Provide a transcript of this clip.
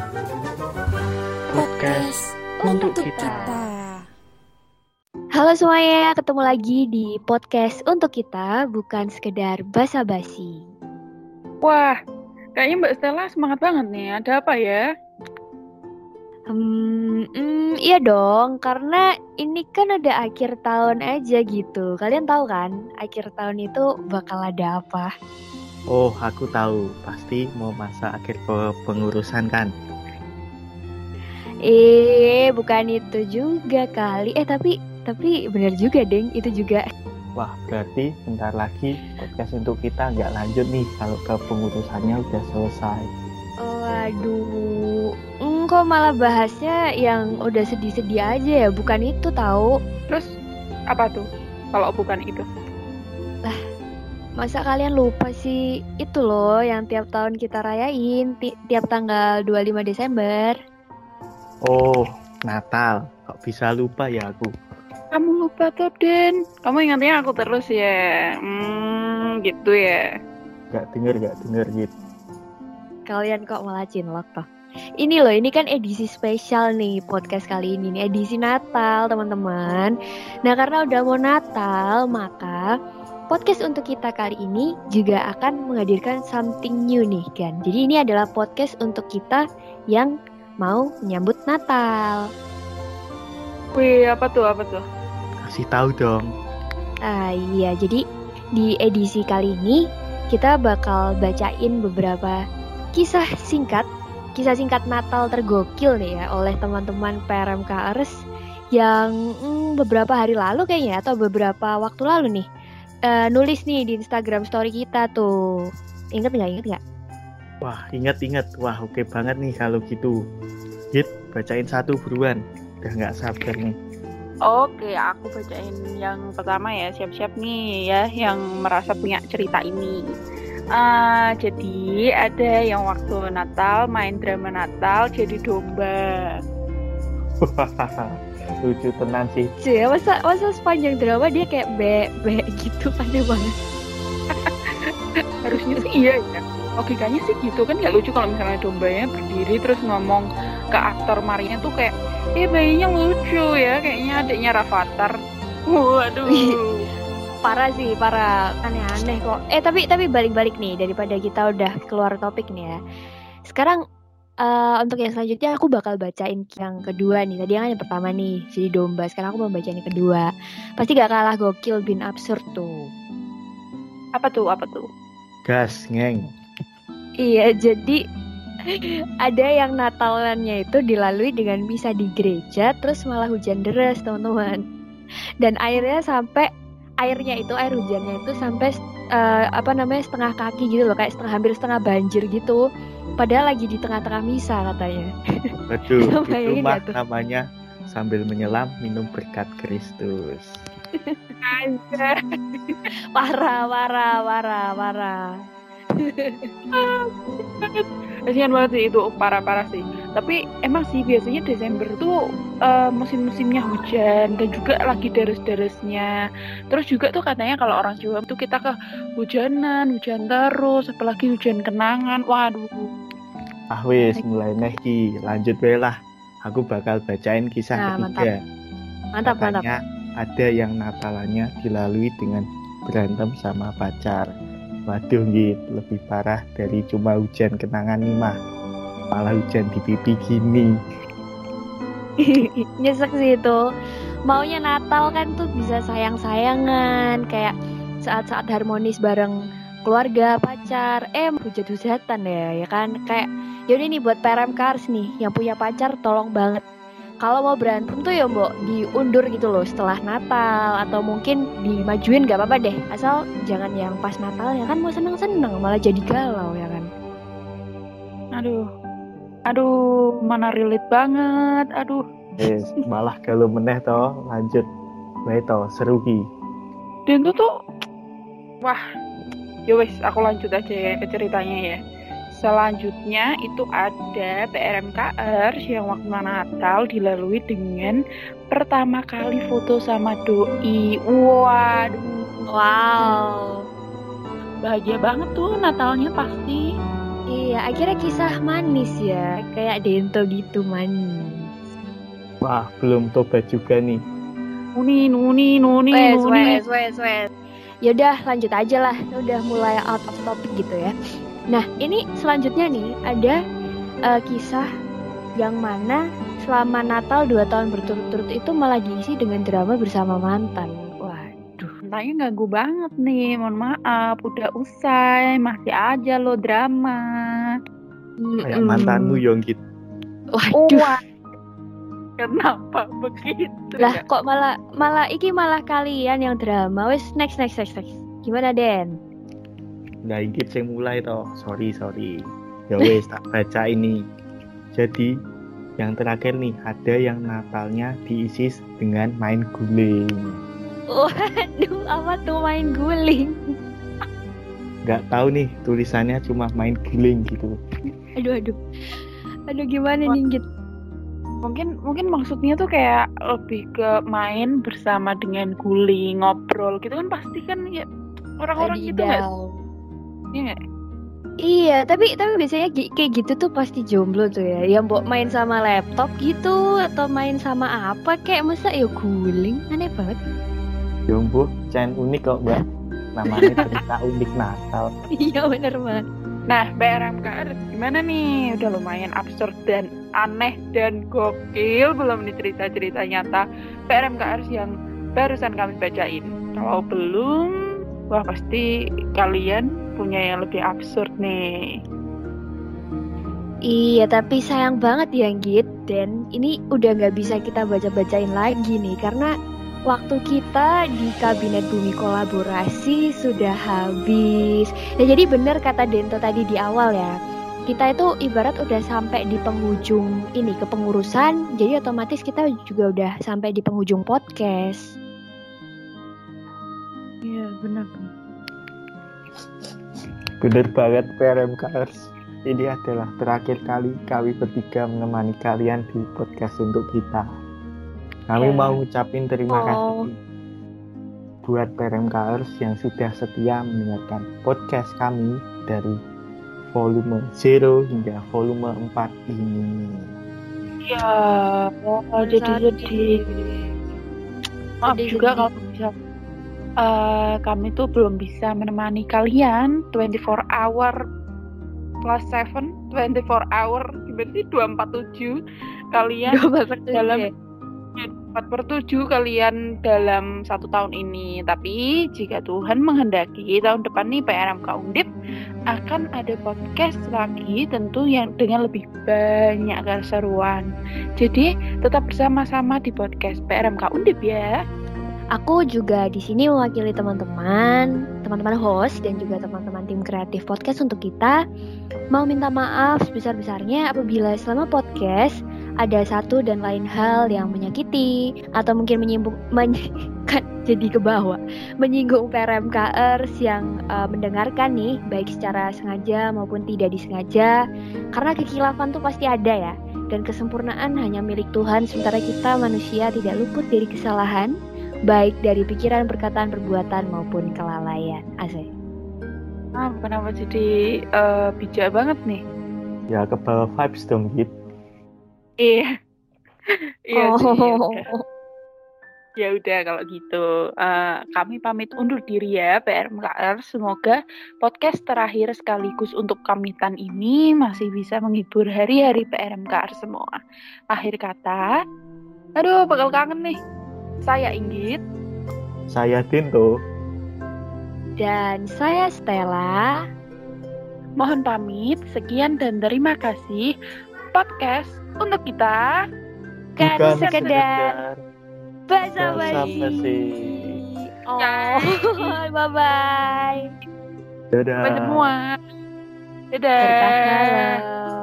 Podcast untuk kita. Halo semuanya, ketemu lagi di podcast untuk kita, bukan sekedar basa-basi. Wah, kayaknya Mbak Stella semangat banget nih. Ada apa ya? Iya dong, karena ini kan udah akhir tahun aja gitu. Kalian tahu kan, akhir tahun itu bakal ada apa? Oh, aku tahu. Pasti mau masa akhir pengurusan kan? Bukan itu juga kali. Tapi benar juga, Deng, itu juga. Wah, berarti bentar lagi podcast untuk kita nggak lanjut nih kalau kepengurusannya udah selesai. Waduh, kok malah bahasnya yang udah sedih-sedih aja ya, bukan itu tahu. Terus apa tuh kalau bukan itu? Masa kalian lupa sih, itu loh yang tiap tahun kita rayain, tiap tanggal 25 Desember. Oh, Natal. Kok bisa lupa ya aku? Kamu lupa tuh, Den. Kamu ingatnya aku terus ya. Gitu ya. Gak denger gitu. Kalian kok malah cinlok toh. Ini loh, ini kan edisi spesial nih podcast kali ini nih, edisi Natal teman-teman. Nah karena udah mau Natal, maka podcast untuk kita kali ini juga akan menghadirkan something new nih kan. Jadi ini adalah podcast untuk kita yang mau menyambut Natal. Wih, apa tuh? Kasih tahu dong. Iya, jadi di edisi kali ini kita bakal bacain beberapa kisah singkat Natal tergokil nih ya oleh teman-teman PRMKers yang beberapa hari lalu kayaknya atau beberapa waktu lalu nih nulis nih di Instagram story kita tuh. Ingat nggak? Wah, ingat. Wah, oke banget nih kalau gitu. Git, bacain satu buruan. Udah nggak sabar nih. Oke, aku bacain yang pertama ya. Siap-siap nih ya yang merasa punya cerita ini. Jadi ada yang waktu Natal main drama Natal jadi domba. Lucu tenan sih. Ya, masa sepanjang drama dia kayak be gitu, aneh banget. Harusnya sih iya ya. Logikanya sih gitu kan, nggak lucu kalau misalnya dombanya berdiri terus ngomong ke aktor Marinya tuh kayak bayinya lucu ya, kayaknya adiknya Rafathar. Waduh. Parah aneh-aneh kok. Tapi balik nih daripada kita udah keluar topik nih ya. Sekarang untuk yang selanjutnya aku bakal bacain yang kedua nih. Tadi yang pertama nih jadi domba. Sekarang aku mau bacain yang kedua. Pasti gak kalah gokil bin absurd tuh. Apa tuh? Gas, ngeng. Iya, jadi ada yang Natalannya itu dilalui dengan misa di gereja, terus malah hujan deras teman-teman. Dan air hujannya itu sampai setengah kaki gitu loh, kayak hampir setengah banjir gitu. Padahal lagi di tengah-tengah misa katanya. Waduh, itu mah namanya sambil menyelam minum berkat Kristus. Parah. Kasihan banget sih itu, parah sih. Tapi emang sih biasanya Desember tuh musim-musimnya hujan dan juga lagi deres-deresnya. Terus juga tuh katanya kalau orang Jawa tuh kita hujan terus, apalagi hujan kenangan. Waduh. Wis mulai ki, lanjut wae lah. Aku bakal bacain kisah ketiga. Mantap. Ada yang Natalannya dilalui dengan berantem sama pacar. Waduh, lebih parah dari cuma hujan kenangan nih mah. Malah hujan di pipi gini. Nyesek sih itu. Maunya Natal kan tuh bisa sayang-sayangan, kayak saat-saat harmonis bareng keluarga, pacar. Hujat-hujatan ya kan. Kayak yaudah nih buat PRMKers nih yang punya pacar, tolong banget. Kalau mau berantem tuh ya mbok diundur gitu loh setelah Natal, atau mungkin dimajuin gak apa-apa deh, asal jangan yang pas Natal ya kan, mau seneng-seneng malah jadi galau ya kan. Aduh, mana relate banget, aduh. Malah galau meneh toh, lanjut. Baik toh, seru ki. Dan tuh wah, yowes aku lanjut aja ya ke ceritanya ya. Selanjutnya itu ada PRMKers yang waktu Natal dilalui dengan pertama kali foto sama doi. Wow. Bahagia banget tuh Natalnya pasti. Iya, ya akhirnya kisah manis ya, kayak Dento gitu manis. Wah, belum tobat juga nih. Nuni. Wes. Yaudah lanjut aja lah, udah mulai out of topic gitu ya. Nah ini selanjutnya nih ada kisah yang mana selama Natal 2 tahun berturut-turut itu malah diisi dengan drama bersama mantan. Waduh. Tanya ganggu banget nih, mohon maaf, udah usai, masih aja lo drama. Kayak mantanmu Yonggit. Waduh. Wah, kenapa begitu? Lah kok malah kalian yang drama. Wes next. Gimana Den? Nah, Inggit saya mulai toh. Sorry. Ya wes tak baca ini. Jadi yang terakhir nih ada yang Natalnya diisi dengan main guling. Waduh, apa tuh main guling? Nggak tahu nih tulisannya cuma main guling gitu. Aduh gimana nih Git? Mungkin maksudnya tuh kayak lebih ke main bersama dengan guling, ngobrol gitu kan, pasti kan ya orang-orang gitu nggak? Iya nggak? Iya, tapi biasanya kayak gitu tuh pasti jomblo tuh ya. Yang mau main sama laptop gitu atau main sama apa kayak masa ya guling, aneh banget. Jomblo, can unik kok Mbak. Namanya cerita unik Natal. Iya bener banget. Nah, PRMKR gimana nih? Udah lumayan absurd dan aneh dan gokil, belum nih cerita-cerita nyata PRMKR yang barusan kami bacain. Kalau belum, wah pasti kalian punya yang lebih absurd nih. Iya, tapi sayang banget ya Git. Dan ini udah nggak bisa kita baca-bacain lagi nih karena waktu kita di Kabinet Bumi Kolaborasi sudah habis. Ya jadi bener kata Dento tadi di awal ya. Kita itu ibarat udah sampai di penghujung ini kepengurusan. Jadi otomatis kita juga udah sampai di penghujung podcast. Iya, benar. Bener banget PRMKers. Ini adalah terakhir kali kami bertiga menemani kalian di podcast untuk kita. Kami mau ngucapin terima kasih buat PRMKers yang sudah setia mendengarkan podcast kami dari volume 0 hingga volume 4 ini. Iya, jadi maaf juga kalau bisa kami tuh belum bisa menemani kalian 24 hour plus 7, 24 hour gimana sih 247 kalian dalam 4/7 kalian dalam 1 tahun ini. Tapi jika Tuhan menghendaki tahun depan nih PRMK Undip akan ada podcast lagi, tentu yang dengan lebih banyak keseruan. Jadi tetap bersama-sama di podcast PRMK Undip ya. Aku juga di sini mewakili teman-teman host dan juga teman-teman tim kreatif podcast untuk kita. Mau minta maaf sebesar-besarnya apabila selama podcast ada satu dan lain hal yang menyakiti atau mungkin menyinggung PRMKers yang mendengarkan nih, baik secara sengaja maupun tidak disengaja. Karena kekhilafan tuh pasti ada ya, dan kesempurnaan hanya milik Tuhan, sementara kita manusia tidak luput dari kesalahan, baik dari pikiran, perkataan, perbuatan maupun kelalaian. Asik. Kenapa jadi bijak banget nih? Ya ke bawah vibes dong gitu. Iya. Iya sih. Ya udah kalau gitu kami pamit undur diri ya PRMKR. Semoga podcast terakhir sekaligus untuk pamitan ini masih bisa menghibur hari-hari PRMKR semua. Akhir kata, aduh bakal kangen nih. Saya Inggit. Saya Dento. Dan saya Stella. Mohon pamit. Sekian dan terima kasih. Podcast untuk kita Bukan sekedar basa-basi. Bye-bye. Dadah. Semua. Dadah. Berkah.